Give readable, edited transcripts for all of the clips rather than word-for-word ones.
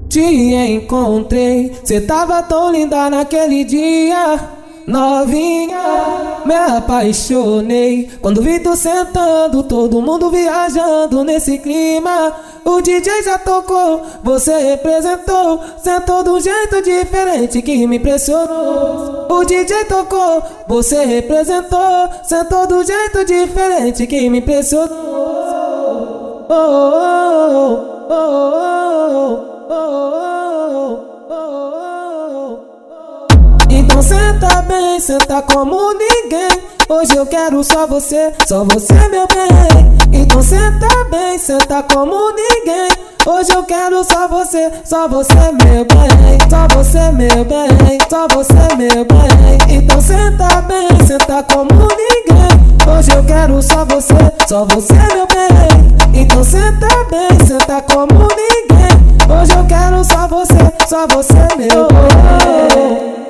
Te encontrei, cê tava tão linda naquele dia. Novinha, me apaixonei quando vi tu sentando, todo mundo viajando nesse clima. O DJ já tocou, você representou, sentou de um jeito diferente que me impressionou. O DJ tocou, você representou, sentou de um jeito diferente que me impressionou. Oh, oh, oh, oh, oh, oh, oh, oh. Então senta bem, senta como ninguém. Hoje eu quero só você meu bem. Então senta bem, senta como ninguém. Hoje eu quero só você meu bem. Só você meu bem, só você meu bem. Então senta bem, senta como ninguém. Hoje eu quero só você meu bem. Então senta bem, senta como ninguém. Hoje eu quero só você meu bem.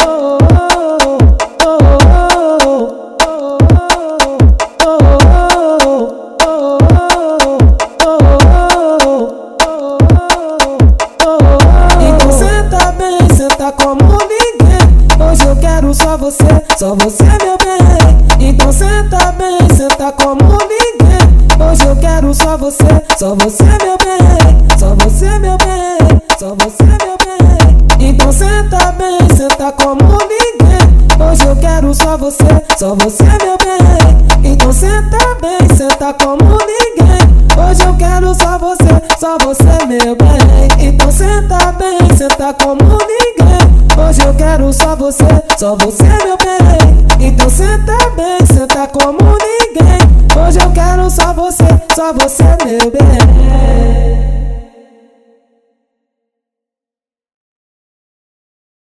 Então senta bem, senta como ninguém. Hoje eu quero só você meu bem. Então senta bem, senta como ninguém. Hoje eu quero só você meu bem. Só você meu bem, só você meu bem. Então senta bem, senta como ninguém. Hoje eu quero só você meu bem. Então senta bem, senta como ninguém. Hoje eu quero só você meu bem. Então senta bem, senta como ninguém. Hoje eu quero só você meu bem. Então senta bem, senta como ninguém. Hoje eu quero só você meu bem.